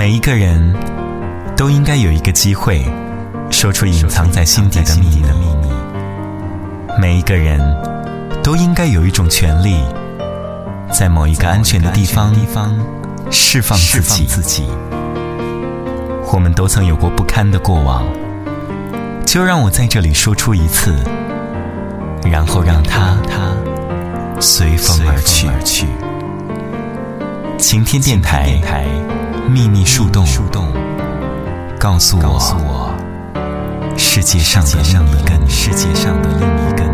每一个人都应该有一个机会说出隐藏在心底的秘密。每一个人都应该有一种权利，在某一个安全的地方释放自己。我们都曾有过不堪的过往，就让我在这里说出一次，然后让它随风而去。晴天电台秘密树洞，告诉我世界上的另一根。